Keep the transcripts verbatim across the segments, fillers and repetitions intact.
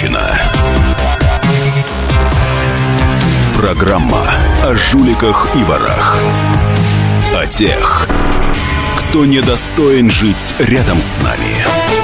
Ржавчина. Программа о жуликах и ворах. О тех, кто недостоин жить рядом с нами.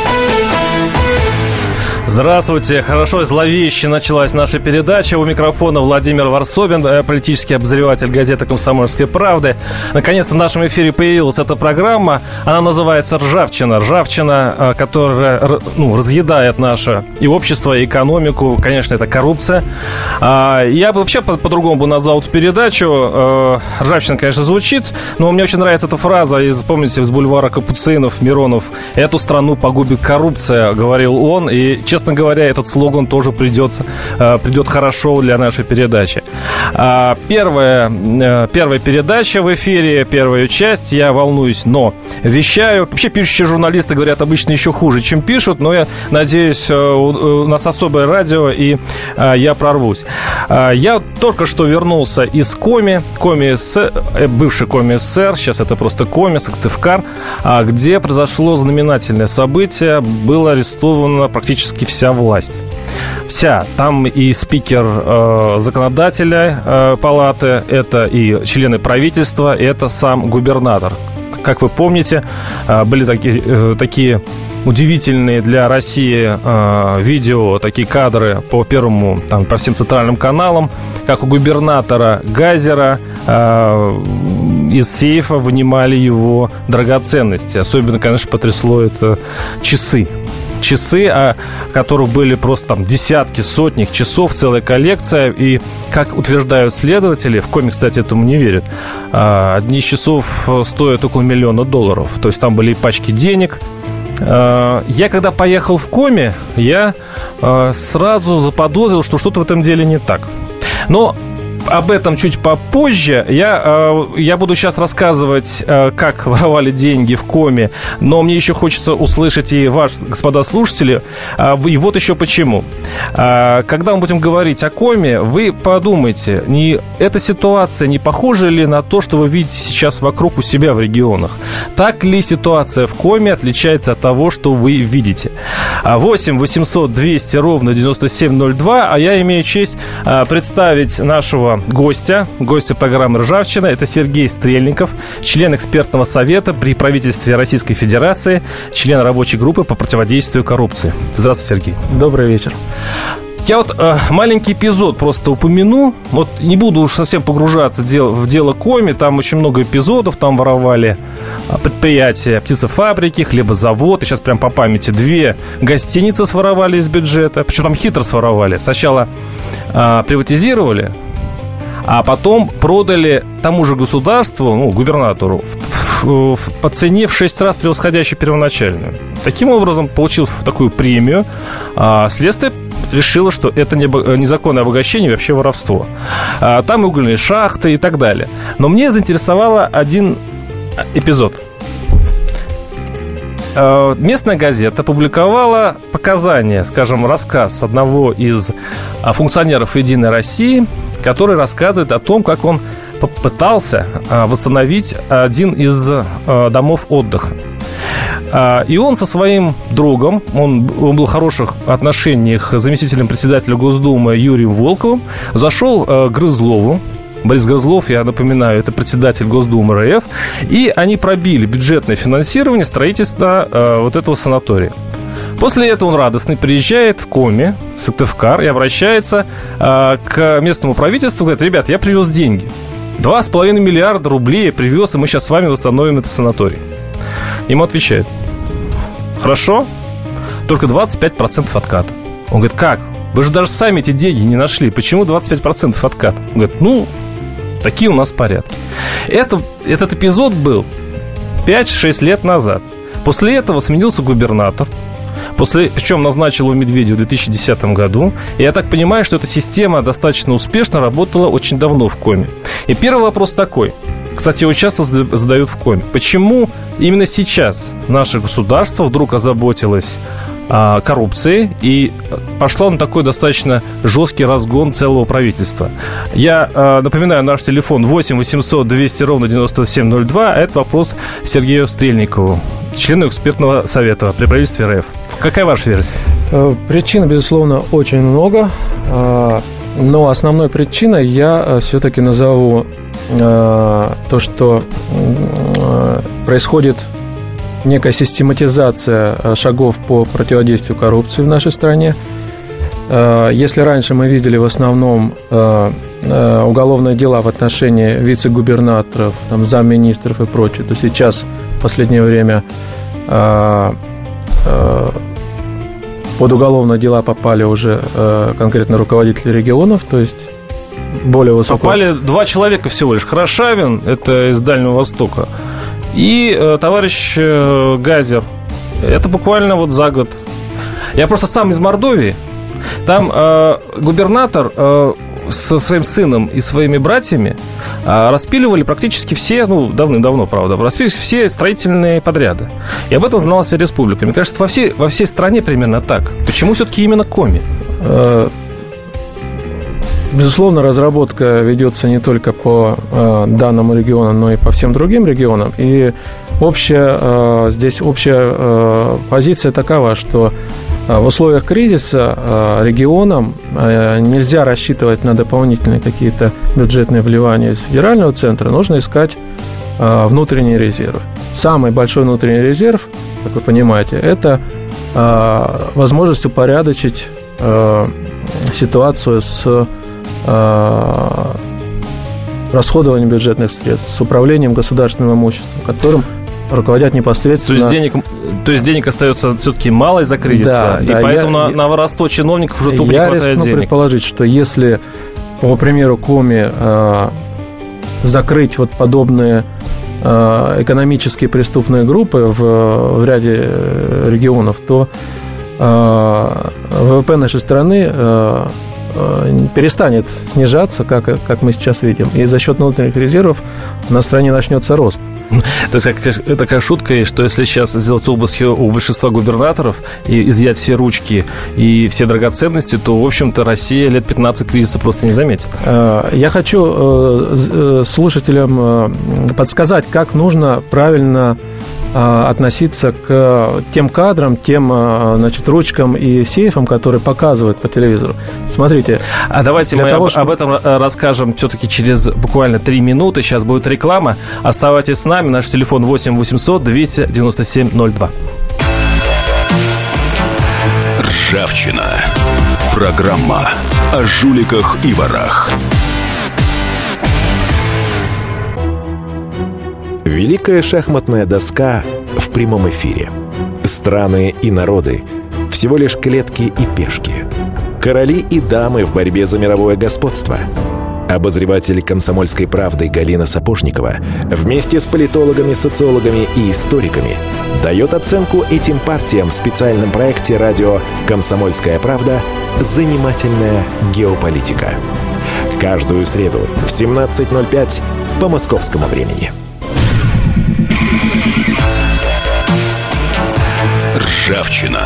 Здравствуйте. Хорошо, зловеще началась наша передача. У микрофона Владимир Варсобин, политический обозреватель газеты «Комсомольской правды». Наконец-то в нашем эфире появилась эта программа. Она называется «Ржавчина». Ржавчина, которая ну, разъедает наше и общество, и экономику. Конечно, это коррупция. Я бы вообще по-другому бы назвал эту передачу. Ржавчина, конечно, звучит, но мне очень нравится эта фраза из, помните, из бульвара Капуцинов, Миронов. «Эту страну погубит коррупция», говорил он. И, честно говоря, этот слоган тоже придется, придет хорошо для нашей передачи. Первая, первая передача в эфире, первая часть. Я волнуюсь, но вещаю. Вообще пишущие журналисты говорят обычно еще хуже, чем пишут, но я надеюсь, у нас особое радио, и я прорвусь. Я только что вернулся из Коми, Коми СССР, бывший Коми СССР, сейчас это просто Коми, Сыктывкар, где произошло знаменательное событие. Было арестовано практически вся власть. Вся. Там и спикер э, законодателя э, палаты, это и члены правительства, это сам губернатор. Как вы помните, э, были такие, э, такие удивительные для России э, видео, такие кадры по первому, там, по всем центральным каналам, как у губернатора Газера э, из сейфа вынимали его драгоценности. Особенно, конечно, потрясло это часы. Часы, о которых были просто там десятки, сотни часов, целая коллекция. И, как утверждают следователи, в Коми, кстати, этому не верят, одни из часов стоят около миллиона долларов. То есть там были и пачки денег. Я, когда поехал в Коми, я сразу заподозрил, что что-то в этом деле не так. Но об этом чуть попозже. Я, я буду сейчас рассказывать, как воровали деньги в Коми, но мне еще хочется услышать и вас, господа слушатели. И вот еще почему. Когда мы будем говорить о Коми, вы подумайте, не, эта ситуация не похожа ли на то, что вы видите сейчас вокруг у себя в регионах? Так ли ситуация в Коми отличается от того, что вы видите? восемь восемьсот двести ровно девяносто семь ноль два. А я имею честь представить нашего гостя, гостя программы «Ржавчина». Это Сергей Стрельников, член экспертного совета при правительстве Российской Федерации, член рабочей группы по противодействию коррупции. Здравствуйте, Сергей. Добрый вечер. Я вот э, маленький эпизод просто упомяну. Вот не буду уж совсем погружаться в дело, в дело Коми. Там очень много эпизодов. Там воровали предприятия, птицефабрики, хлебозавод. И сейчас прям по памяти две гостиницы своровали из бюджета. Причем там хитро своровали. Сначала э, приватизировали, а потом продали тому же государству, ну, губернатору, в, в, в, по цене в шесть раз превосходящей первоначальную. Таким образом, получил такую премию. А следствие решило, что это незаконное обогащение и вообще воровство. А там угольные шахты и так далее. Но мне заинтересовал один эпизод. Местная газета опубликовала показания, скажем, рассказ одного из функционеров «Единой России», который рассказывает о том, как он попытался восстановить один из домов отдыха. И он со своим другом, он, он был в хороших отношениях с заместителем председателя Госдумы Юрием Волковым, зашел к Грызлову. Борис Грызлов, я напоминаю, это председатель Госдумы РФ. И они пробили бюджетное финансирование строительства э, вот этого санатория. После этого он радостный приезжает в Коми, в Сыктывкар, и обращается э, к местному правительству. Говорит: ребят, я привез деньги. Два с половиной миллиарда рублей я привез, и мы сейчас с вами восстановим этот санаторий. Ему отвечают: хорошо, только двадцать пять процентов отката. Он говорит: как? Вы же даже сами эти деньги не нашли. Почему двадцать пять процентов откат? Он говорит: ну, такие у нас порядки. Это, этот эпизод был пять-шесть лет назад. После этого сменился губернатор. После, причем назначил его Медведев в две тысячи десятом году. И я так понимаю, что эта система достаточно успешно работала очень давно в Коми. И первый вопрос такой. Кстати, его часто задают в Коми. Почему именно сейчас наше государство вдруг озаботилось а, коррупцией и пошло на такой достаточно жесткий разгон целого правительства? Я а, напоминаю, наш телефон восемь восемьсот двести ровно девяносто семь ноль два. Это вопрос Сергею Стрельникову, члену экспертного совета при правительстве РФ. Какая ваша версия? Причин, безусловно, очень много. Но основной причиной я все-таки назову то, что происходит некая систематизация шагов по противодействию коррупции в нашей стране. Если раньше мы видели в основном уголовные дела в отношении вице-губернаторов, там, замминистров и прочее, то сейчас в последнее время под уголовные дела попали уже конкретно руководители регионов, то есть более высокого... Попали два человека всего лишь. Хорошавин, это из Дальнего Востока, и э, товарищ э, Газер. Это буквально вот за год. Я просто сам из Мордовии. Там э, губернатор э, со своим сыном и своими братьями э, распиливали практически все, ну, давным-давно, правда, распиливали все строительные подряды. И об этом знала вся республика. Мне кажется, во всей, во всей стране примерно так. Почему все-таки именно Коми? Безусловно, разработка ведется не только по э, данному региону, но и по всем другим регионам. И общая, э, здесь общая э, позиция такова, что э, в условиях кризиса э, регионам э, нельзя рассчитывать на дополнительные какие-то бюджетные вливания из федерального центра, нужно искать э, внутренние резервы. Самый большой внутренний резерв, как вы понимаете, это э, возможность упорядочить э, ситуацию с расходованием бюджетных средств, с управлением государственным имуществом, которым руководят непосредственно... То есть денег, то есть денег остается все-таки мало из-за кризиса, да, и да, поэтому я, на, на воровство чиновников уже тупо не хватает денег. Я рискну предположить, что если, по примеру Коми, э, закрыть вот подобные э, экономические преступные группы в, в ряде регионов, то э, ВВП нашей страны э, перестанет снижаться, как, как мы сейчас видим. И за счет внутренних резервов на стране начнется рост. То есть как, такая шутка есть, что если сейчас сделать обыск у большинства губернаторов и изъять все ручки и все драгоценности, то, в общем-то, Россия лет пятнадцать кризиса просто не заметит. Я хочу слушателям подсказать, как нужно правильно относиться к тем кадрам, тем, значит, ручкам и сейфам, которые показывают по телевизору. Смотрите. А давайте мы того, об, чтобы... об этом расскажем все-таки через буквально три минуты. Сейчас будет реклама. Оставайтесь с нами. Наш телефон восемь восемьсот двести девяносто семь ноль два. Ржавчина. Программа о жуликах и ворах. Великая шахматная доска в прямом эфире. Страны и народы – всего лишь клетки и пешки. Короли и дамы в борьбе за мировое господство. Обозреватель «Комсомольской правды» Галина Сапожникова вместе с политологами, социологами и историками дает оценку этим партиям в специальном проекте радио «Комсомольская правда. Занимательная геополитика». Каждую среду в семнадцать ноль пять по московскому времени. Ржавчина.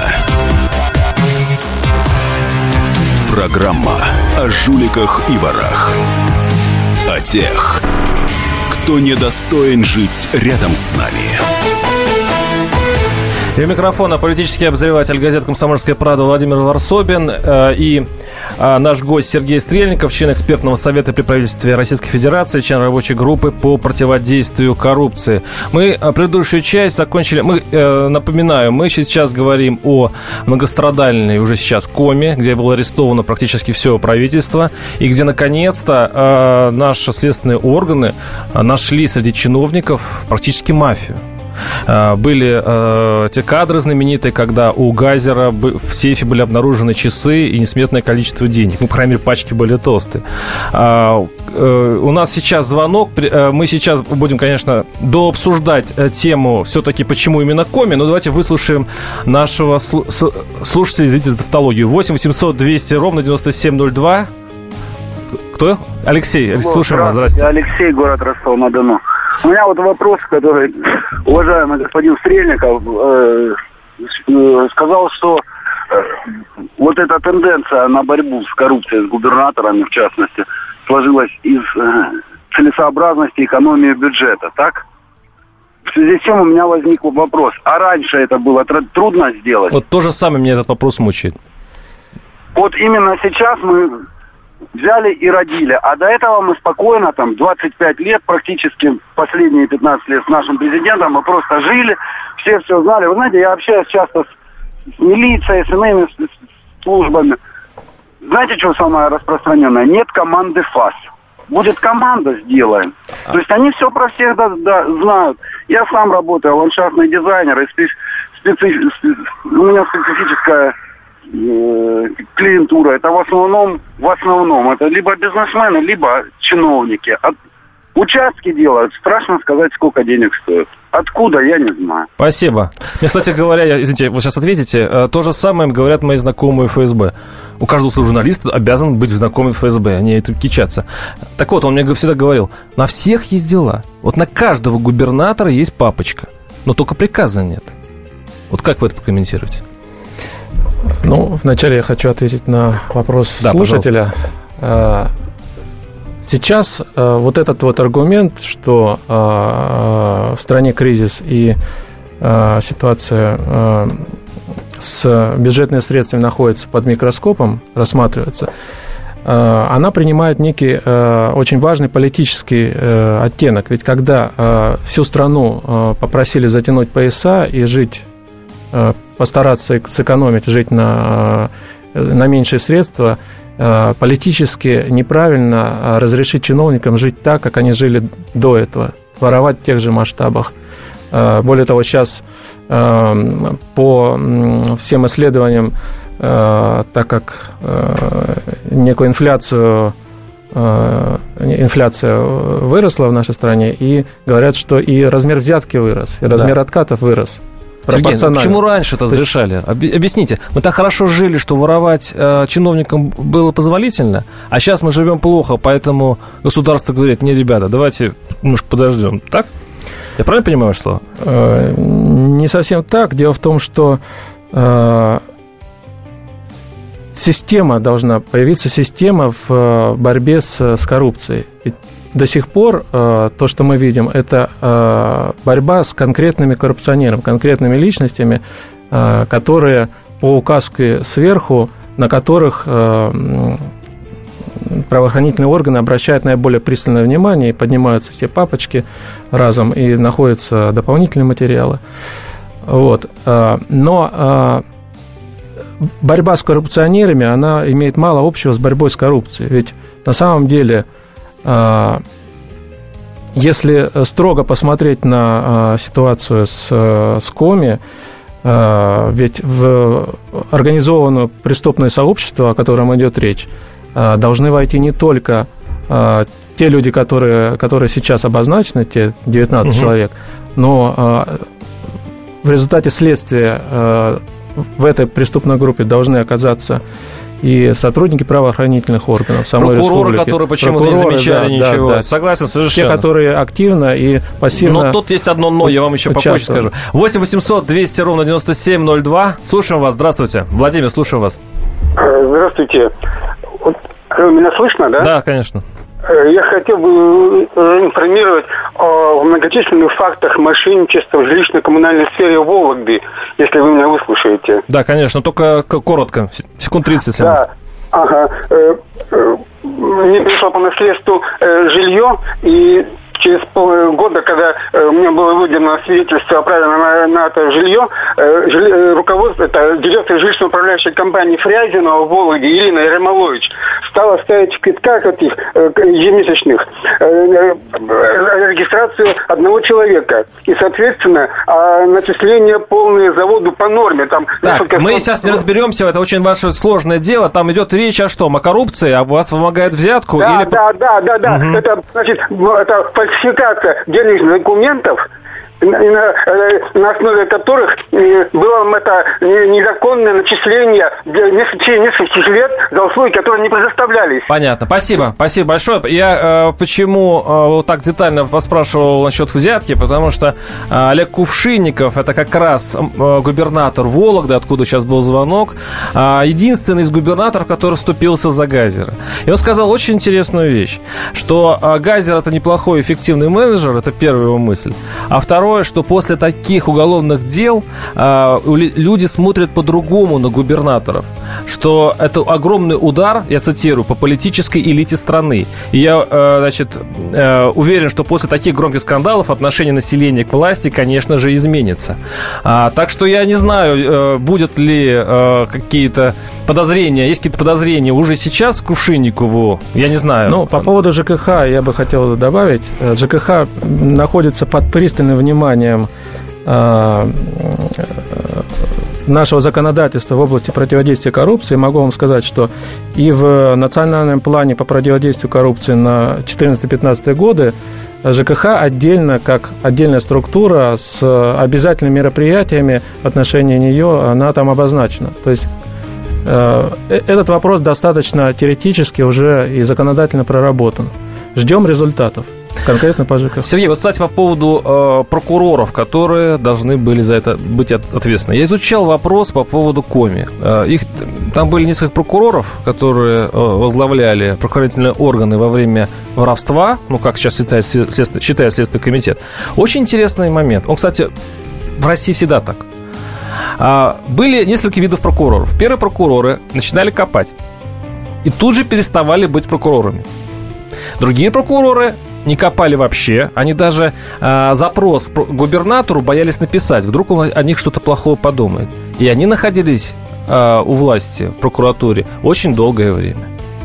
Программа о жуликах и ворах. О тех, кто недостоин жить рядом с нами. И у микрофона политический обозреватель газеты «Комсомольская правда» Владимир Варсобин э, и э, наш гость Сергей Стрельников, член экспертного совета при правительстве Российской Федерации, член рабочей группы по противодействию коррупции. Мы э, предыдущую часть закончили. Мы, э, напоминаю, мы сейчас говорим о многострадальной уже сейчас Коми, где было арестовано практически все правительство, и где наконец-то э, наши следственные органы э, нашли среди чиновников практически мафию. Были э, те кадры знаменитые, когда у Газера в сейфе были обнаружены часы и несметное количество денег. Ну, по крайней мере, пачки были толстые. А, э, у нас сейчас звонок. Мы сейчас будем, конечно, дообсуждать тему все-таки, почему именно Коми. Но давайте выслушаем нашего слушателя, извините за тавтологию. восемь восемьсот двести ровно девяносто семь ноль два. Кто? Алексей. Алексей, слушаем вас. Здравствуйте. Алексей, город Ростов-на-Дону. У меня вот вопрос, который уважаемый господин Стрельников э, э, сказал, что э, вот эта тенденция на борьбу с коррупцией, с губернаторами, в частности, сложилась из э, целесообразности экономии бюджета, так? В связи с чем у меня возник вопрос. А раньше это было тр- трудно сделать? Вот то же самое меня этот вопрос мучает. Вот именно сейчас мы взяли и родили. А до этого мы спокойно, там, двадцать пять лет, практически последние пятнадцать лет с нашим президентом, мы просто жили, все все знали. Вы знаете, я общаюсь часто с, с милицией, с иными с, с службами. Знаете, что самое распространенное? Нет команды ФАС. Будет команда, сделаем. То есть они все про всех да, да, знают. Я сам работаю, ландшафтный дизайнер, и специ... Специ... у меня специфическая э, клиентура. Это в основном, в основном, это либо бизнесмены, либо чиновники. От... Участки делают, страшно сказать, сколько денег стоит. Откуда, я не знаю. Спасибо. Мне, кстати говоря, я, извините, вы сейчас ответите, то же самое говорят мои знакомые в эф эс бэ. У каждого журналиста обязан быть знакомым в эф эс бэ, они это кичатся. Так вот, он мне всегда говорил, на всех есть дела. Вот на каждого губернатора есть папочка, но только приказа нет. Вот как вы это прокомментируете? Ну, вначале я хочу ответить на вопрос да, слушателя. Пожалуйста. Сейчас э, вот этот вот аргумент, что э, в стране кризис и э, ситуация э, с бюджетными средствами находится под микроскопом, рассматривается, э, она принимает некий э, очень важный политический э, оттенок. Ведь когда э, всю страну э, попросили затянуть пояса и жить, э, постараться сэкономить, жить на, э, на меньшие средства, политически неправильно разрешить чиновникам жить так, как они жили до этого, воровать в тех же масштабах. Более того, сейчас по всем исследованиям, так как некую инфляцию, инфляция выросла в нашей стране, и говорят, что и размер взятки вырос, и размер да. откатов вырос. Сергей, ну почему раньше-то разрешали? Объясните. Мы так хорошо жили, что воровать э, чиновникам было позволительно, а сейчас мы живем плохо, поэтому государство говорит, не, ребята, давайте немножко подождем. Так? Я правильно понимаю ваше слово? Э, не совсем так. Дело в том, что э, система должна, появиться система в борьбе с, с коррупцией. Ведь до сих пор э, то, что мы видим, это э, борьба с конкретными коррупционерами, конкретными личностями, э, которые по указке сверху, на которых э, правоохранительные органы обращают наиболее пристальное внимание, и поднимаются все папочки разом, и находятся дополнительные материалы. Вот. Э, но э, борьба с коррупционерами, она имеет мало общего с борьбой с коррупцией. Ведь на самом деле... Если строго посмотреть на ситуацию с, с Коми, ведь в организованное преступное сообщество, о котором идет речь, должны войти не только те люди, которые, которые сейчас обозначены, те девятнадцать угу. человек, но в результате следствия в этой преступной группе должны оказаться и сотрудники правоохранительных органов самой Прокуроры, республики. которые почему-то не замечали да, ничего. Да, да. Согласен совершенно. Те, которые активно и пассивно... Но тут есть одно «но», я вам еще попозже скажу. восемь восемьсот двести ровно девяносто семь ноль два. Слушаем вас, здравствуйте. Владимир, слушаем вас. Здравствуйте. Меня слышно, да? Да, конечно. Я хотел бы информировать о многочисленных фактах мошенничества в жилищно-коммунальной сфере Вологды, если вы меня выслушаете. Да, конечно, только коротко, секунд тридцать. Да, ага. Мне пришло по наследству жилье, и через полгода, когда э, у меня было выдано свидетельство о праве на, на это жилье, э, жили, руководство, это директор жилищно-управляющей компании Фрязинова в Вологде Ирина Ермолович стала ставить в квитках этих э, ежемесячных э, э, регистрацию одного человека. И, соответственно, э, начисление полное заводу по норме. Там так, мы сейчас не разберемся, это очень ваше сложное дело. Там идет речь о что? О коррупции? А вас вымогают взятку? Да, или... да, да, да, да. Угу. Это, значит, это фальсификация денежных документов, на, на основе которых было это незаконное начисление в течение нескольких лет за услуги, которые не предоставлялись. Понятно. Спасибо. Спасибо большое. Я э, почему э, вот так детально поспрашивал насчет взятки, потому что э, Олег Кувшинников, это как раз э, губернатор Вологды, откуда сейчас был звонок, э, единственный из губернаторов, который вступился за Газера. И он сказал очень интересную вещь, что э, Газер — это неплохой эффективный менеджер, это первая его мысль. А второе, Второе, что после таких уголовных дел э, люди смотрят по-другому на губернаторов. Что это огромный удар, я цитирую, по политической элите страны. И я, э, значит, э, уверен, что после таких громких скандалов отношение населения к власти, конечно же, изменится. А, так что я не знаю, э, будет ли э, какие-то подозрения, есть какие-то подозрения уже сейчас к Кувшинникову, я не знаю. Ну, по поводу ЖКХ я бы хотел добавить. ЖКХ находится под пристальным вниманием э, нашего законодательства в области противодействия коррупции. Могу вам сказать, что и в национальном плане по противодействию коррупции на четырнадцатый-пятнадцатый годы ЖКХ отдельно, как отдельная структура с обязательными мероприятиями в отношении нее, она там обозначена. То есть этот вопрос достаточно теоретически уже и законодательно проработан. Ждем результатов. Конкретно по ЖКХ. Сергей, вот, кстати, по поводу э, прокуроров, которые должны были за это быть ответственны. Я изучал вопрос по поводу Коми. Э, их, там были несколько прокуроров, которые э, возглавляли правоохранительные органы во время воровства, ну, как сейчас считает, следствие, считает Следственный комитет. Очень интересный момент. Он, кстати, в России всегда так. А, были несколько видов прокуроров. Первые прокуроры начинали копать и тут же переставали быть прокурорами. Другие прокуроры не копали вообще. Они даже э, запрос к губернатору боялись написать. Вдруг он о них что-то плохое подумает. И они находились э, у власти в прокуратуре очень долгое время.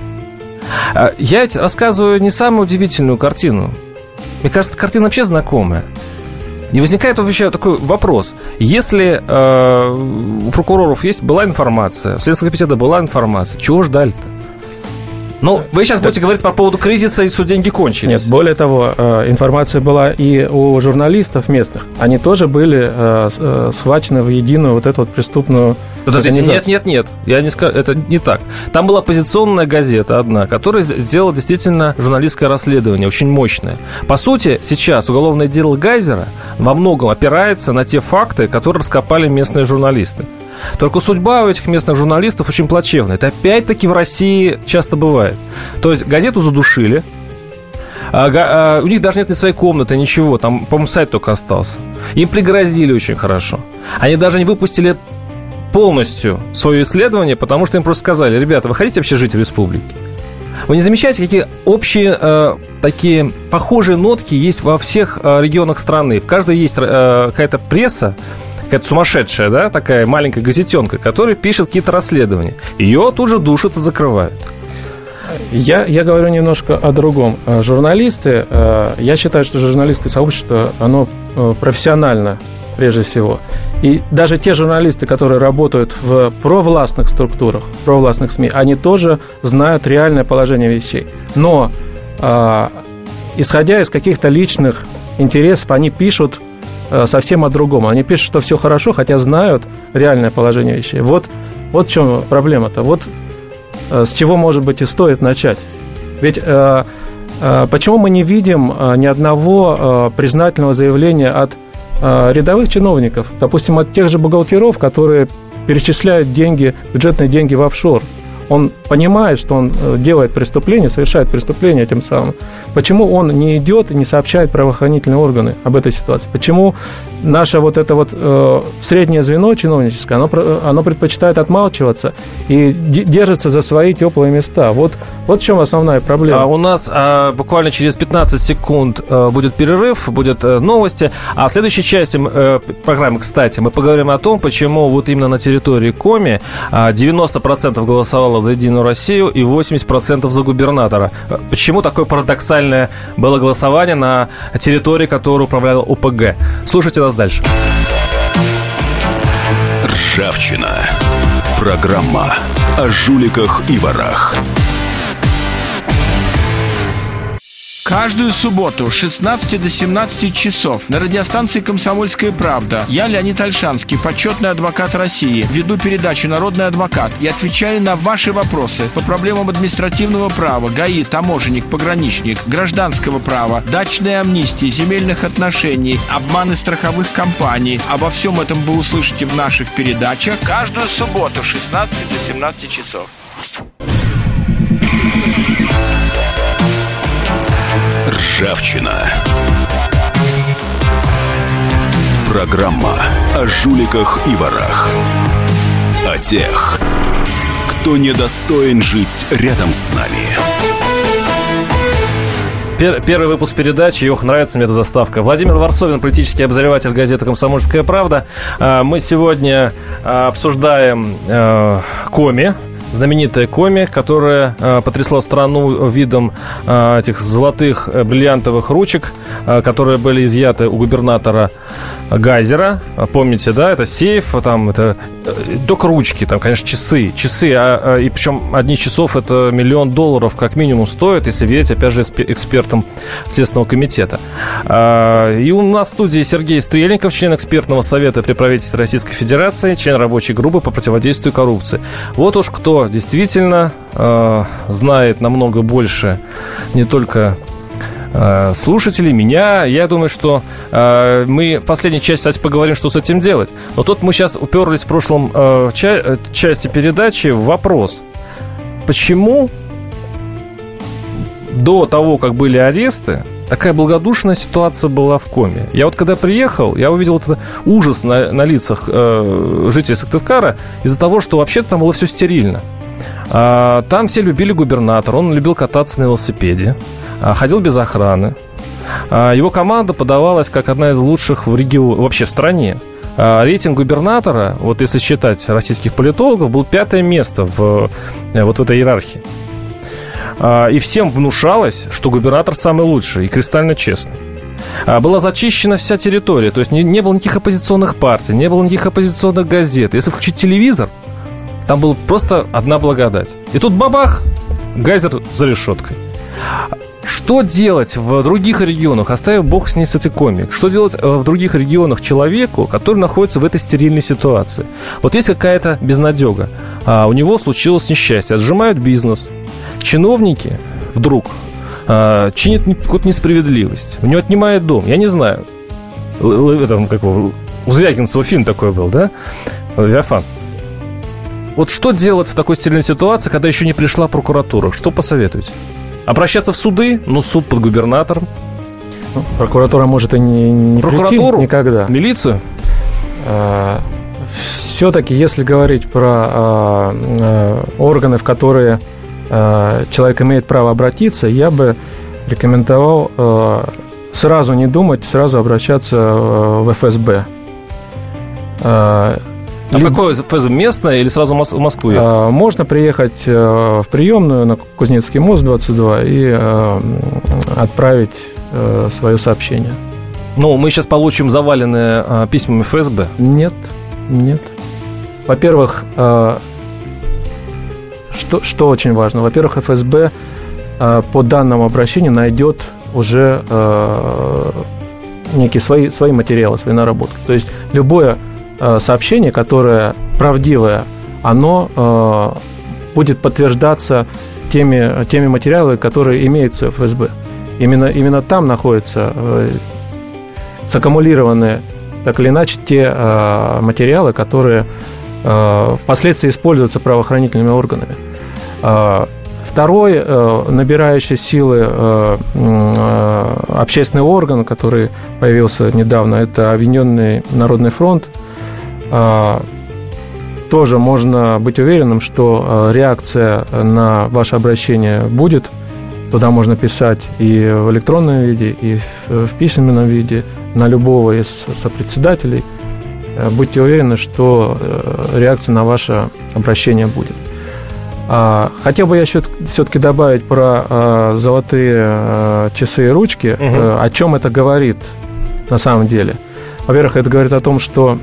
Э, я ведь рассказываю не самую удивительную картину. Мне кажется, эта картина вообще знакомая. И возникает вообще такой вопрос. Если э, у прокуроров есть, была информация, у Следственного комитета была информация, чего ждали-то? Ну, вы сейчас будете говорить по поводу кризиса, и что деньги кончились. Нет, более того, информация была и у журналистов местных. Они тоже были схвачены в единую вот эту вот преступную Подождите, нет, нет, нет, я не скажу, это не так. Там была оппозиционная газета одна, которая сделала действительно журналистское расследование, очень мощное. По сути, сейчас уголовное дело Гайзера во многом опирается на те факты, которые раскопали местные журналисты. Только судьба у этих местных журналистов очень плачевная. Это опять-таки в России часто бывает. То есть газету задушили, а, а, у них даже нет ни своей комнаты, ничего. Там, по-моему, сайт только остался. Им пригрозили очень хорошо. Они даже не выпустили полностью свое исследование, потому что им просто сказали: ребята, вы хотите вообще жить в республике? Вы не замечаете, какие общие э, такие похожие нотки есть во всех э, регионах страны? В каждой есть э, какая-то пресса, какая-то сумасшедшая, да, такая маленькая газетенка, которая пишет какие-то расследования. Ее тут же душат и закрывают. Я, я говорю немножко о другом. Журналисты, я считаю, что журналистское сообщество, оно профессионально, прежде всего. И даже те журналисты, которые работают в провластных структурах, провластных СМИ, они тоже знают реальное положение вещей. Но, исходя из каких-то личных интересов, они пишут совсем о другом. Они пишут, что все хорошо, хотя знают реальное положение вещей. Вот, вот в чем проблема-то. Вот с чего, может быть, и стоит начать. Ведь э, э, почему мы не видим э, ни одного э, признательного заявления от э, рядовых чиновников, допустим, от тех же бухгалтеров, которые перечисляют деньги, бюджетные деньги в офшор? Он понимает, что он делает преступление, совершает преступление тем самым. Почему он не идет и не сообщает правоохранительные органы об этой ситуации? Почему наше вот это вот э, среднее звено чиновническое, оно, оно предпочитает отмалчиваться и держится за свои теплые места? Вот, вот в чем основная проблема. А у нас а, буквально через пятнадцать секунд а, будет перерыв, будут а, новости. А в следующей части а, программы, кстати, мы поговорим о том, почему вот именно на территории Коми а, девяносто процентов голосовало за «Единую Россию» и восемьдесят процентов за губернатора. Почему такое парадоксальное было голосование на территории, которую управляла О Пэ Гэ? Слушайте нас дальше. Ржавчина. Программа о жуликах и ворах. Каждую субботу с шестнадцати до семнадцати часов на радиостанции «Комсомольская правда» я, Леонид Ольшанский, почетный адвокат России, веду передачу «Народный адвокат» и отвечаю на ваши вопросы по проблемам административного права, ГАИ, таможенник, пограничник, гражданского права, дачной амнистии, земельных отношений, обманы страховых компаний. Обо всем этом вы услышите в наших передачах каждую субботу с шестнадцати до семнадцати часов. Ржавчина. Программа о жуликах и ворах. О тех, кто недостоин жить рядом с нами. Первый выпуск передачи «Ох, нравится мне эта заставка». Владимир Варсобин, политический обозреватель газеты «Комсомольская правда». Мы сегодня обсуждаем Коми, знаменитая Коми, которая э, потрясла страну видом э, этих золотых э, бриллиантовых ручек, э, которые были изъяты у губернатора Гайзера. Помните, да? Это сейф, там это э, только ручки, там, конечно, часы. Часы, а, а, и причем одни из часов это миллион долларов как минимум стоит, если верить, опять же, экспертам Следственного комитета. А, и у нас в студии Сергей Стрельников, член экспертного совета при правительстве Российской Федерации, член рабочей группы по противодействию коррупции. Вот уж кто действительно э, знает намного больше не только э, слушателей, меня. Я думаю, что э, мы в последней части, кстати, поговорим, что с этим делать. Но тут мы сейчас уперлись в прошлом э, ча- части передачи в вопрос. Почему до того, как были аресты, такая благодушная ситуация была в Коми? Я вот когда приехал, я увидел этот ужас на, на лицах э, жителей Сыктывкара из-за того, что вообще-то там было все стерильно. А, там все любили губернатора, он любил кататься на велосипеде, а, ходил без охраны. А, его команда подавалась как одна из лучших в регионе, вообще в стране. А, рейтинг губернатора, вот если считать российских политологов, был пятое место в, вот в этой иерархии. И всем внушалось, что губернатор самый лучший и кристально честный. Была зачищена вся территория, то есть не, не было никаких оппозиционных партий, не было никаких оппозиционных газет. Если включить телевизор, там была просто одна благодать. И тут бабах, Гайзер за решеткой. Что делать в других регионах, оставив бог с ней с этой Коми? Что делать в других регионах человеку, который находится в этой стерильной ситуации? Вот есть какая-то безнадега, а у него случилось несчастье, отжимают бизнес. Чиновники вдруг а, чинят какую-то несправедливость. У него отнимают дом. Я не знаю. Там, как у Звягинцева фильм такой был, да? Левиафан. Вот что делать в такой стерильной ситуации, когда еще не пришла прокуратура? Что посоветуете? Обращаться в суды? Ну, суд под губернатором. Ну, прокуратура может и не, не прокуратуру? Прийти никогда. Милицию? А, все-таки, если говорить про а, а, органы, в которые а, человек имеет право обратиться, я бы рекомендовал а, сразу не думать, сразу обращаться а, в эф эс бэ. А, А Либо... какое эф эс бэ, местное или сразу в Москву ехать? А, можно приехать а, в приемную на Кузнецкий мост двадцать два и а, отправить а, свое сообщение. Ну, мы сейчас получим заваленные а, письмами эф эс бэ. Нет, нет. Во-первых, а, что, что очень важно, во-первых, эф эс бэ а, по данному обращению найдет уже а, некие свои, свои материалы, свои наработки. То есть любое сообщение, которое правдивое, оно э, будет подтверждаться теми, теми материалами, которые имеются в эф эс бэ. Именно, именно там находятся э, саккумулированные, так или иначе, те э, материалы, которые э, впоследствии используются правоохранительными органами. Э, второй, э, набирающий силы э, э, общественный орган, который появился недавно, это Объединенный народный фронт. Тоже можно быть уверенным, что реакция на ваше обращение будет. Туда можно писать и в электронном виде, и в письменном виде на любого из сопредседателей. Будьте уверены, что реакция на ваше обращение будет. Хотел бы я все-таки добавить про золотые часы и ручки. Угу. О чем это говорит на самом деле? Во-первых, это говорит о том, что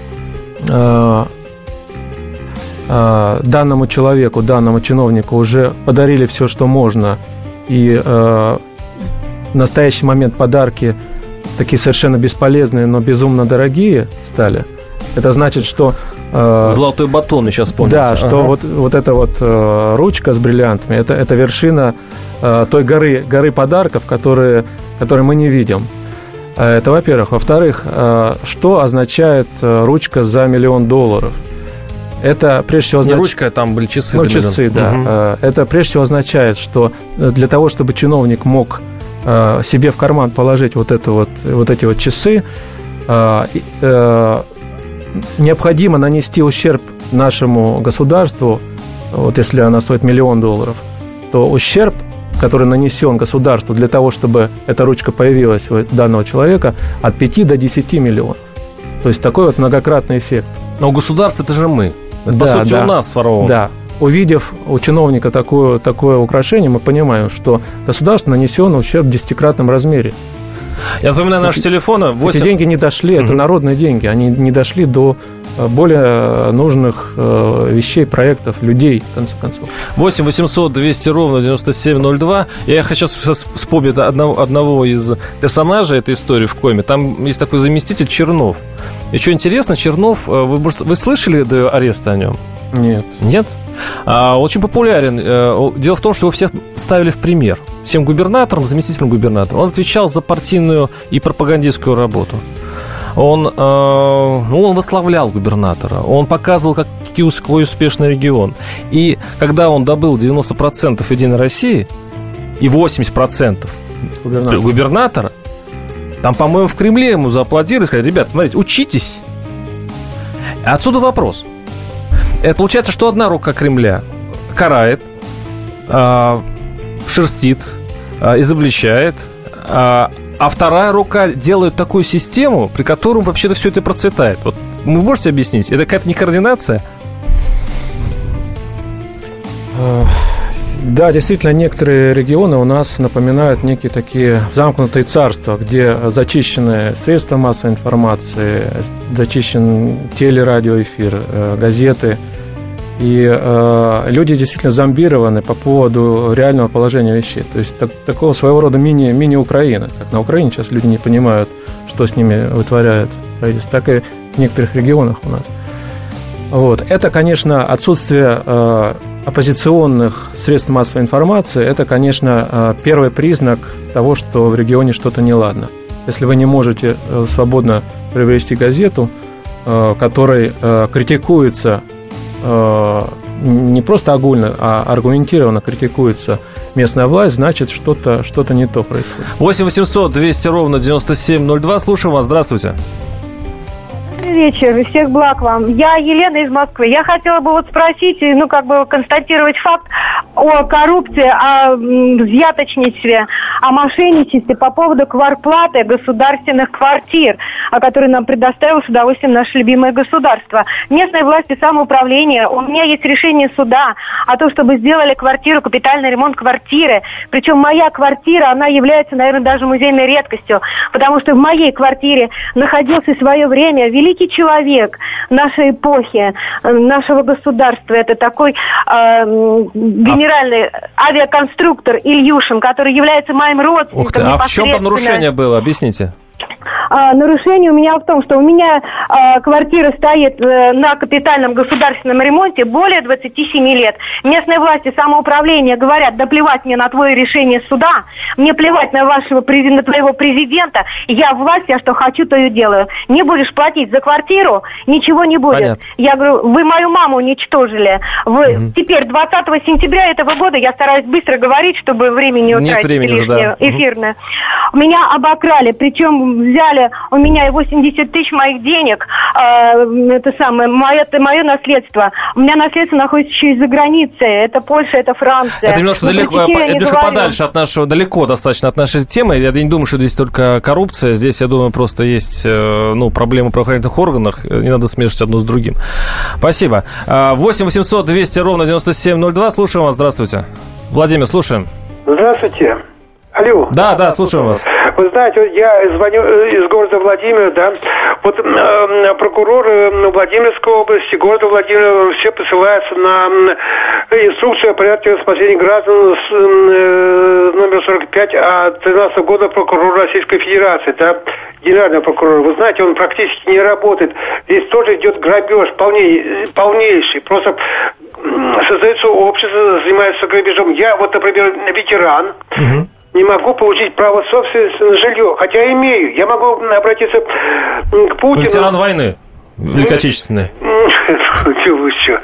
данному человеку, данному чиновнику уже подарили все, что можно, и э, в настоящий момент подарки такие совершенно бесполезные, но безумно дорогие стали. Это значит, что... Э, Золотой батон, я сейчас понял. Да, ага. что вот, вот эта вот э, ручка с бриллиантами, это, это вершина э, той горы, горы подарков, которые, которые мы не видим. Это, во-первых. Во-вторых, что означает ручка за миллион долларов? Это, прежде всего, означает... Не ручка, там были часы. Ну, часы, да. Угу. Это, прежде всего, означает, что для того, чтобы чиновник мог себе в карман положить вот, это вот, вот эти вот часы, необходимо нанести ущерб нашему государству, вот если она стоит миллион долларов, то ущерб, который нанесен государству для того, чтобы эта ручка появилась у данного человека, от пяти до десяти миллионов. То есть такой вот многократный эффект. Но государство – это же мы. Это, да, по сути, да, у нас своровано. Да. Увидев у чиновника такое, такое украшение, мы понимаем, что государству нанесен ущерб в десятикратном размере. Я напоминаю, наши телефоны. восемь... Эти деньги не дошли, это угу. народные деньги. Они не дошли до более нужных вещей, проектов, людей, в конце концов. восемь восемьсот двести ровно девяносто семь ноль два. Я хочу сейчас вспомнить одного, одного из персонажей этой истории в коме. Там есть такой заместитель Чернов. И что интересно, Чернов, вы, вы слышали до ареста о нем? Нет. Нет? А, очень популярен. Дело в том, что его всех ставили в пример. Всем губернаторам, заместителям губернатора. Он отвечал за партийную и пропагандистскую работу. Он, э, ну, он восславлял губернатора. Он показывал, как, какой успешный регион. И когда он добыл девяносто процентов «Единой России» и восемьдесят процентов губернатора. губернатора, там, по-моему, в Кремле ему зааплодировали и сказали: ребята, смотрите, учитесь. Отсюда вопрос. Это получается, что одна рука Кремля карает, э, шерстит, э, изобличает, э, а вторая рука делает такую систему, при которой вообще-то все это процветает. Вот вы можете объяснить? Это какая-то не координация? Да, действительно, некоторые регионы у нас напоминают некие такие замкнутые царства, где зачищены средства массовой информации, зачищен телерадиоэфир, газеты. И э, люди действительно зомбированы по поводу реального положения вещей. То есть так, такого своего рода мини, мини-Украина. Как на Украине сейчас люди не понимают, что с ними вытворяет правительство, так и в некоторых регионах у нас. Вот. Это, конечно, отсутствие э, оппозиционных средств массовой информации. Это, конечно, э, первый признак того, что в регионе что-то неладно. Если вы не можете э, свободно приобрести газету, э, которой э, критикуется не просто огульно, а аргументированно критикуется местная власть, значит, что-то, что-то не то происходит. восемь восемьсот двести ровно девяносто семь ноль два. Слушаю вас. Здравствуйте. Добрый вечер и всех благ вам. Я Елена из Москвы. Я хотела бы вот спросить, ну, как бы констатировать факт о коррупции, о взяточничестве, о мошенничестве по поводу квартплаты государственных квартир, о которой нам предоставило с удовольствием наше любимое государство. Местные власти, самоуправление. У меня есть решение суда о том, чтобы сделали квартиру, капитальный ремонт квартиры. Причем моя квартира, она является, наверное, даже музейной редкостью, потому что в моей квартире находился в свое время великий человек нашей эпохи, нашего государства. Это такой э, генеральный авиаконструктор Ильюшин, который является моим родственником. Ух ты, а в чем там нарушение было? Объясните. А, нарушение у меня в том, что у меня а, квартира стоит а, на капитальном государственном ремонте более двадцати семи лет. Местные власти, самоуправление говорят: да плевать мне на твое решение суда, мне плевать на вашего на твоего президента, я власть, я что хочу, то и делаю. Не будешь платить за квартиру, ничего не будет. Понятно. Я говорю: вы мою маму уничтожили. Вы угу. Теперь двадцатого сентября этого года, я стараюсь быстро говорить, чтобы времени не утратить. Нет времени уже, да. Эфирное. Угу. Меня обокрали, причем взяли у меня и восемьдесят тысяч моих денег, э, это самое, мое, это мое наследство. У меня наследство находится еще и за границей. Это Польша, это Франция. Это немножко, далеко, это немножко подальше от нашего, далеко достаточно от нашей темы. Я не думаю, что здесь только коррупция. Здесь, я думаю, просто есть ну, проблемы в правоохранительных органах. Не надо смешивать одно с другим. Спасибо. восемь восемьсот двести ровно девяносто семь ноль два. Слушаем вас. Здравствуйте. Владимир, слушаем. Здравствуйте. Алло. Да, да, слушаем вас. Вы знаете, я звоню из города Владимира, да. Вот э, прокуроры Владимирской области, города Владимира, все посылаются на инструкцию о порядке спасения граждан с э, номер сорок пять от тринадцатого года прокурора Российской Федерации, да, генерального прокурора. Вы знаете, он практически не работает. Здесь тоже идет грабеж полней, полнейший. Просто создается общество, занимается грабежом. Я вот, например, ветеран. Угу. Не могу получить право собственности на жилье, хотя имею. Я могу обратиться к Путину. Ветеран войны Великой Отечественной. Чего еще?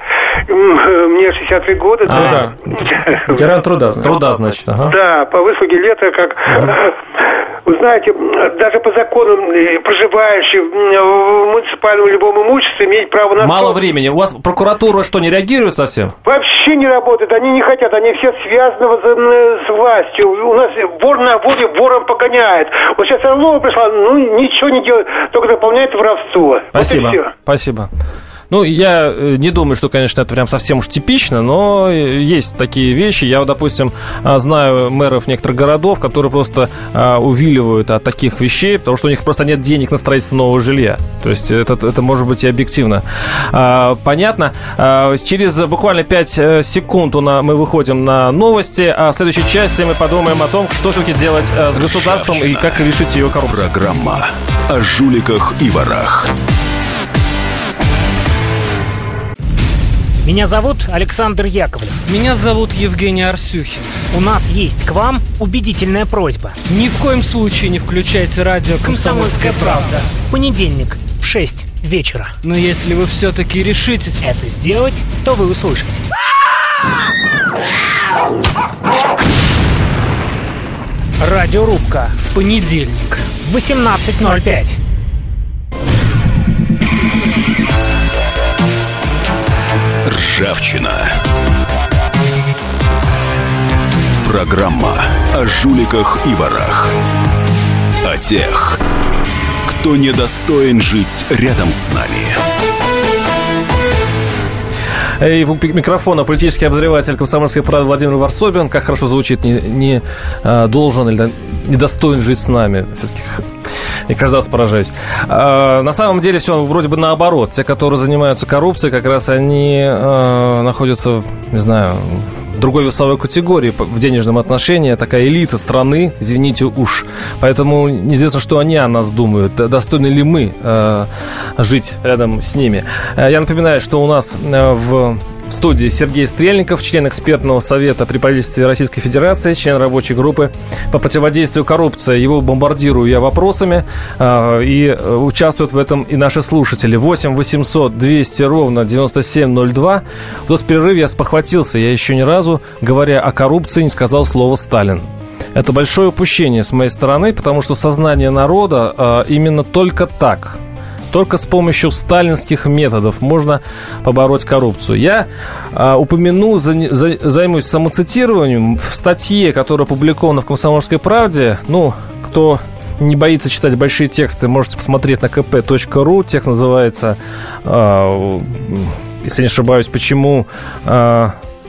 Мне шестьдесят три года. А, да. Ветеран труда. Труда, значит. Ага. Да, по выслуге лета, как... Вы знаете, даже по закону проживающий в муниципальном любом имуществе имеет право на... Мало времени. У вас прокуратура что, не реагирует совсем? Вообще не работает. Они не хотят. Они все связаны с властью. У нас вор на воре вором погоняет. Вот сейчас Орлова пришла, ну, ничего не делает, только дополняет воровство. Спасибо. Вот Спасибо. Ну, я не думаю, что, конечно, это прям совсем уж типично, но есть такие вещи. Я, допустим, знаю мэров некоторых городов, которые просто увиливают от таких вещей, потому что у них просто нет денег на строительство нового жилья. То есть это, это может быть и объективно. Понятно. Через буквально пять секунд мы выходим на новости, а в следующей части мы подумаем о том, что все-таки делать с государством и как решить ее коррупцию. Программа о жуликах и ворах. Меня зовут Александр Яковлев. Меня зовут Евгений Арсюхин. У нас есть к вам убедительная просьба. Ни в коем случае не включайте радио «Комсомольская правда». В понедельник в шесть вечера. Но если вы все-таки решитесь это сделать, то вы услышите. Радиорубка. В понедельник. В восемнадцать ноль пять. Ржавчина. Программа о жуликах и ворах. О тех, кто недостоин жить рядом с нами. И у микрофона политический обозреватель «Комсомольской правды» Владимир Варсобин. Как хорошо звучит, не, не а, должен или недостоин жить с нами. Все-таки я каждый раз поражаюсь. А, на самом деле все вроде бы наоборот. Те, которые занимаются коррупцией, как раз они а, находятся, не знаю, в другой весовой категории в денежном отношении. Такая элита страны, извините уж. Поэтому неизвестно, что они о нас думают. Достойны ли мы а, жить рядом с ними. Я напоминаю, что у нас в... В студии Сергей Стрельников, член экспертного совета при правительстве Российской Федерации, член рабочей группы по противодействию коррупции. Его бомбардирую я вопросами, э, и участвуют в этом и наши слушатели. восемь восемьсот двести ровно девяносто семь ноль два. Тут в перерыве я спохватился. Я еще ни разу, говоря о коррупции, не сказал слово «Сталин». Это большое упущение с моей стороны, потому что сознание народа э, именно только так. Только с помощью сталинских методов можно побороть коррупцию. Я а, упомяну, за, за, займусь самоцитированием в статье, которая опубликована в «Комсомольской правде». Ну, кто не боится читать большие тексты, можете посмотреть на ка пэ точка ру. Текст называется, а, если не ошибаюсь, «Почему...» а,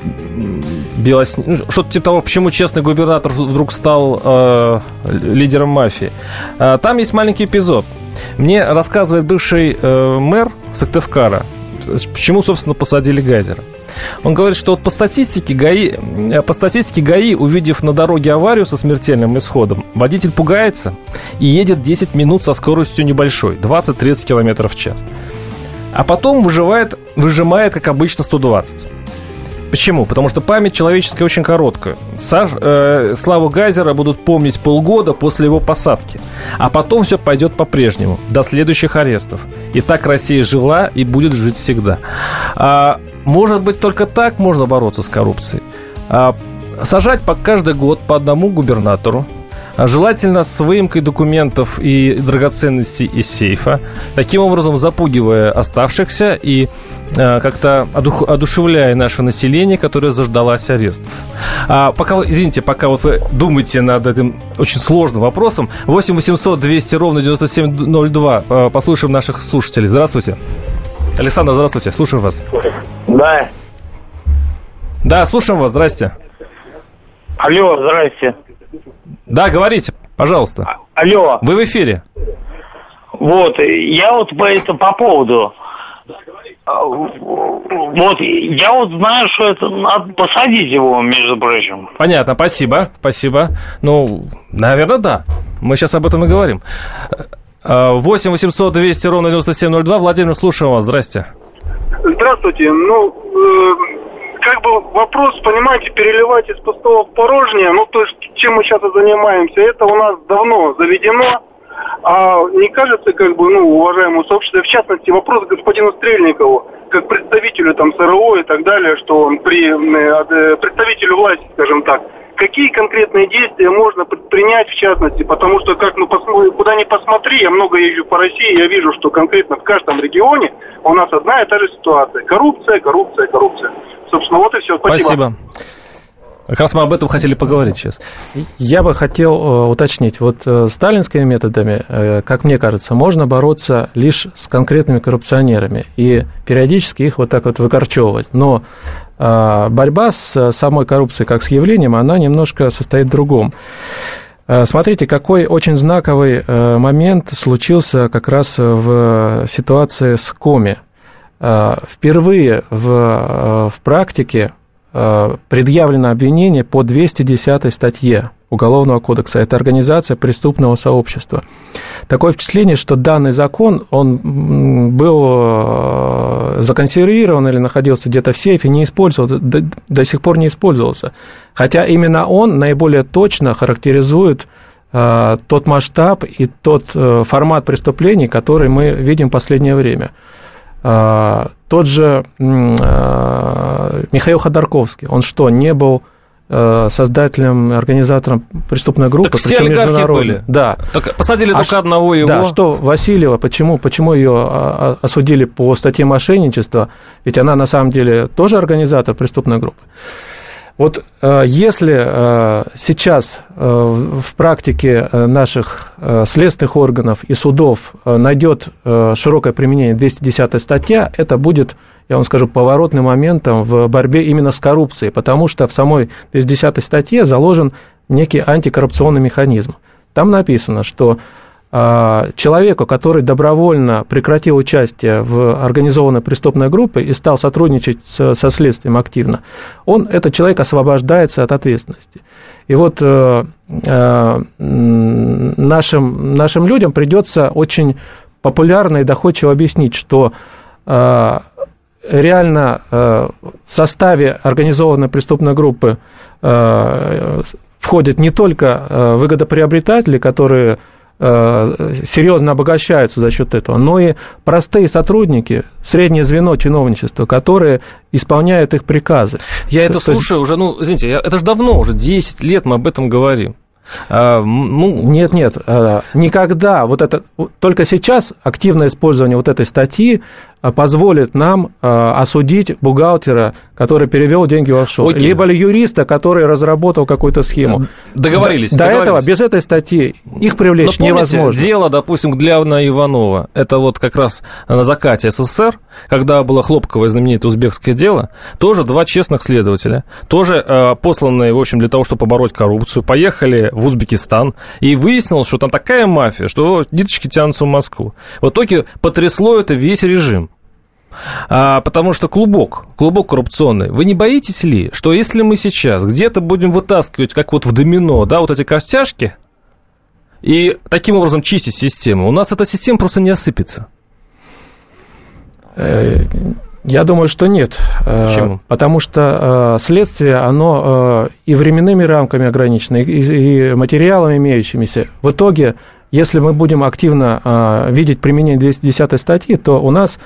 Белос... ну, что-то типа того, почему честный губернатор вдруг стал э, лидером мафии. А, там есть маленький эпизод. Мне рассказывает бывший э, мэр Сыктывкара, почему, собственно, посадили Газера. Он говорит, что вот по статистике ГАИ, по статистике ГАИ, увидев на дороге аварию со смертельным исходом, водитель пугается и едет десять минут со скоростью небольшой, двадцать-тридцать километров в час. А потом выживает, выжимает, как обычно, сто двадцать. Почему? Потому что память человеческая очень короткая. Саш, э, Славу Газера будут помнить полгода после его посадки. А потом все пойдет по-прежнему, до следующих арестов. И так Россия жила и будет жить всегда. А, может быть, только так можно бороться с коррупцией. А, сажать по каждый год по одному губернатору. Желательно с выемкой документов и драгоценностей из сейфа, таким образом запугивая оставшихся и э, как-то одух, одушевляя наше население, которое заждалось арестов. А пока, извините, пока вот вы думаете над этим очень сложным вопросом, восемь восемьсот двести ровно девяносто семь ноль два, послушаем наших слушателей. Здравствуйте. Александр, здравствуйте, слушаем вас. Да. Да, слушаем вас, здрасте. Алло, здрасте. Да, говорите, пожалуйста. Алло. Вы в эфире. Вот, я вот по, это, по поводу... Вот, я вот знаю, что это надо посадить его, между прочим. Понятно, спасибо, спасибо. Ну, наверное, да. Мы сейчас об этом и говорим. восемь восемьсот двести ровно девяносто семь ноль два. Владимир, слушаем вас, здрасте. Здравствуйте. Ну... Э... Как бы вопрос, понимаете, переливать из пустого в порожнее, ну, то есть, чем мы сейчас и занимаемся, это у нас давно заведено, а не кажется, как бы, ну, уважаемому сообществу, в частности, вопрос господину Стрельникову, как представителю, там, СРО и так далее, что он при, представителю власти, скажем так, какие конкретные действия можно предпринять, в частности, потому что, как ну, посмотри, куда ни посмотри, я много езжу по России, я вижу, что конкретно в каждом регионе у нас одна и та же ситуация. Коррупция, коррупция, коррупция. Собственно, вот и все. Спасибо. Спасибо. Как раз мы об этом хотели поговорить сейчас. Я бы хотел э, уточнить, вот э, сталинскими методами, э, как мне кажется, можно бороться лишь с конкретными коррупционерами и периодически их вот так вот выкорчевывать. Но э, борьба с самой коррупцией как с явлением, она немножко состоит в другом. Э, смотрите, какой очень знаковый э, момент случился как раз в ситуации с Коми. Э, впервые в, э, в практике предъявлено обвинение по двести десятой статье Уголовного кодекса. Это организация преступного сообщества. Такое впечатление, что данный закон, он был законсервирован или находился где-то в сейфе, не использовался, до, до сих пор не использовался. Хотя именно он наиболее точно характеризует э, тот масштаб и тот э, формат преступлений, который мы видим в последнее время. Тот же Михаил Ходорковский, он что, не был создателем, организатором преступной группы? Так все олигархи были. Да. Так посадили а только ш... одного его. Да, что Васильева, почему, почему ее осудили по статье мошенничества? Ведь она на самом деле тоже организатор преступной группы. Вот если сейчас в практике наших следственных органов и судов найдет широкое применение двести десятая статья, это будет, я вам скажу, поворотным моментом в борьбе именно с коррупцией, потому что в самой двести десятой статье заложен некий антикоррупционный механизм. Там написано, что человеку, который добровольно прекратил участие в организованной преступной группе и стал сотрудничать со следствием активно, он, этот человек освобождается от ответственности. И вот э, э, нашим, нашим людям придется очень популярно и доходчиво объяснить, что э, реально э, в составе организованной преступной группы э, входят не только э, выгодоприобретатели, которые серьезно обогащаются за счет этого, но и простые сотрудники, среднее звено чиновничества, которые исполняют их приказы. Я это То слушаю есть... уже, ну, извините, это же давно, уже десять лет мы об этом говорим. А, ну... Нет, нет, никогда. Вот это, только сейчас активное использование вот этой статьи позволит нам осудить бухгалтера, который перевел деньги в офшор, Окей. либо юриста, который разработал какую-то схему. Договорились. До, договорились. до этого, без этой статьи, их привлечь Но помните, невозможно. Дело, допустим, Гляна Иванова, это вот как раз на закате СССР, когда было хлопковое знаменитое узбекское дело, тоже два честных следователя, тоже э, посланные, в общем, для того, чтобы побороть коррупцию, поехали в Узбекистан, и выяснилось, что там такая мафия, что ниточки тянутся в Москву. В итоге потрясло это весь режим. А, потому что клубок, клубок коррупционный. Вы не боитесь ли, что если мы сейчас где-то будем вытаскивать, как вот в домино, да, вот эти костяшки, и таким образом чистить систему, у нас эта система просто не осыпется? Я думаю, что нет. Почему? Потому что следствие, оно и временными рамками ограничено, и материалами имеющимися. В итоге, если мы будем активно видеть применение двести десятой статьи, то у нас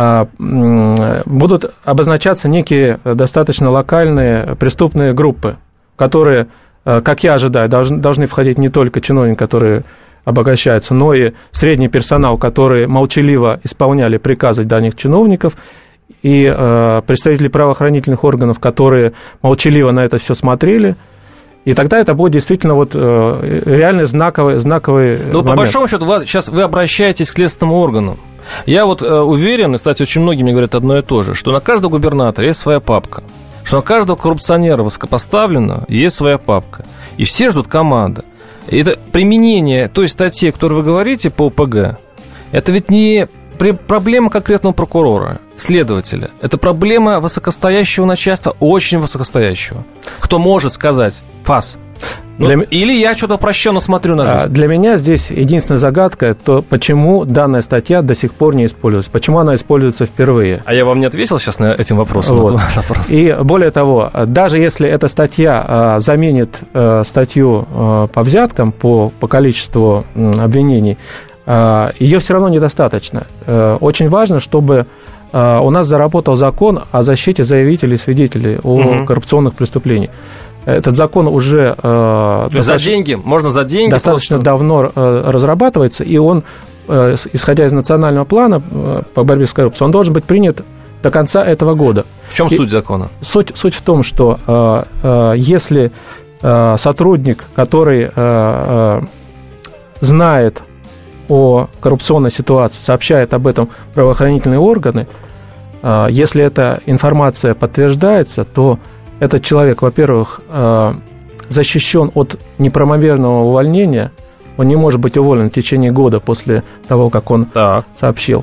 будут обозначаться некие достаточно локальные преступные группы, которые, как я ожидаю, должны, должны входить не только чиновники, которые обогащаются, но и средний персонал, которые молчаливо исполняли приказы данных чиновников, и э, представители правоохранительных органов, которые молчаливо на это все смотрели. И тогда это будет действительно вот э, реально знаковый, знаковый Но момент. По большому счету, вы, сейчас вы обращаетесь к следственным органам. Я вот э, уверен, и, кстати, очень многие мне говорят одно и то же, что на каждого губернатора есть своя папка, что на каждого коррупционера высокопоставленного есть своя папка, и все ждут команды. И это применение той статьи, о которой вы говорите, по ОПГ, это ведь не проблема конкретного прокурора, следователя. Это проблема высокостоящего начальства, очень высокостоящего. Кто может сказать «фас». Ну, для... Или я что-то упрощенно смотрю на жизнь. Для меня здесь единственная загадка, то почему данная статья до сих пор не используется, почему она используется впервые. А я вам не ответил сейчас на этим вопросом? Вот. На вопрос. И более того, даже если эта статья заменит статью по взяткам, по, по количеству обвинений, ее все равно недостаточно. Очень важно, чтобы у нас заработал закон о защите заявителей и свидетелей о mm-hmm. коррупционных преступлениях. этот закон уже э, за деньги, можно за деньги достаточно просто... давно э, разрабатывается, и он, э, исходя из национального плана э, по борьбе с коррупцией, он должен быть принят до конца этого года. В чем и суть закона? Суть, суть в том, что э, э, если э, сотрудник, который э, э, знает о коррупционной ситуации, сообщает об этом в правоохранительные органы, э, если эта информация подтверждается, то этот человек, во-первых, защищен от неправомерного увольнения, он не может быть уволен в течение года после того, как он так. сообщил.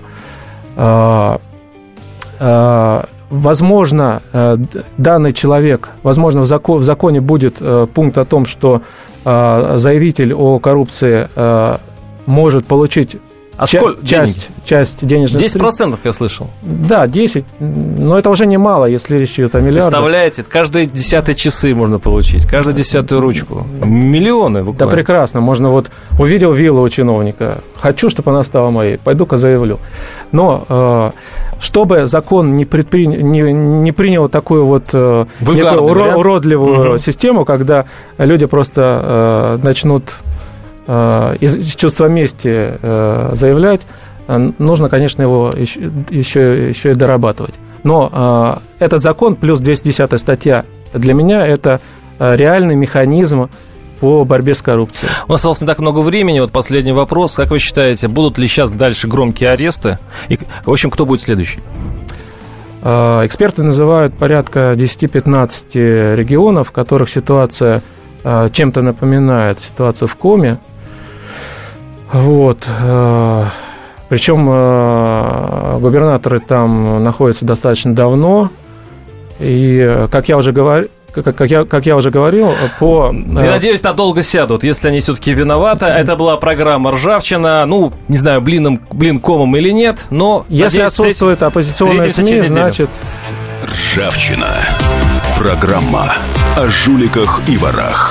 Возможно, данный человек, возможно, в законе будет пункт о том, что заявитель о коррупции может получить А Ча- сколько часть, часть денежных десять процентов я слышал. Да, десять. Но это уже немало, если речь идет о миллиардах. Представляете, каждые десятые часы можно получить, каждую десятую ручку. Миллионы буквально. Да, прекрасно. Можно вот увидел виллу у чиновника. Хочу, чтобы она стала моей. Пойду-ка заявлю. Но чтобы закон не, предпри... не, не принял такую вот некую уро... уродливую угу. систему, когда люди просто начнут из чувства мести заявлять, нужно, конечно, его еще, еще, еще и дорабатывать. Но этот закон плюс двести десятая статья для меня это реальный механизм по борьбе с коррупцией. У нас осталось не так много времени. Вот последний вопрос. Как вы считаете, будут ли сейчас дальше громкие аресты? И, в общем, кто будет следующий? Эксперты называют порядка десять-пятнадцать регионов, в которых ситуация чем-то напоминает ситуацию в Коми. Вот. Причем губернаторы там находятся достаточно давно. И, как я уже говорил, Как, как, я, как я уже говорил, по... Я надеюсь, надолго сядут, если они все-таки виноваты. Это была программа «Ржавчина». Ну, не знаю, блином, блин комом или нет, но... Если надеюсь, отсутствует оппозиционная СМИ, значит... «Ржавчина». Программа о жуликах и ворах.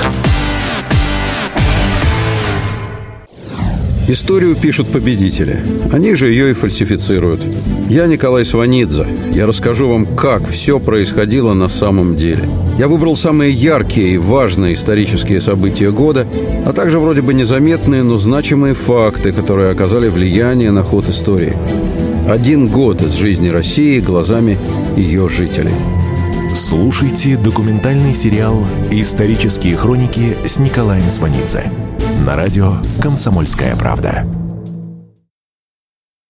Историю пишут победители. Они же ее и фальсифицируют. Я Николай Сванидзе. Я расскажу вам, как все происходило на самом деле. Я выбрал самые яркие и важные исторические события года, а также вроде бы незаметные, но значимые факты, которые оказали влияние на ход истории. Один год из жизни России глазами ее жителей. Слушайте документальный сериал «Исторические хроники» с Николаем Сванидзе на радио «Комсомольская правда».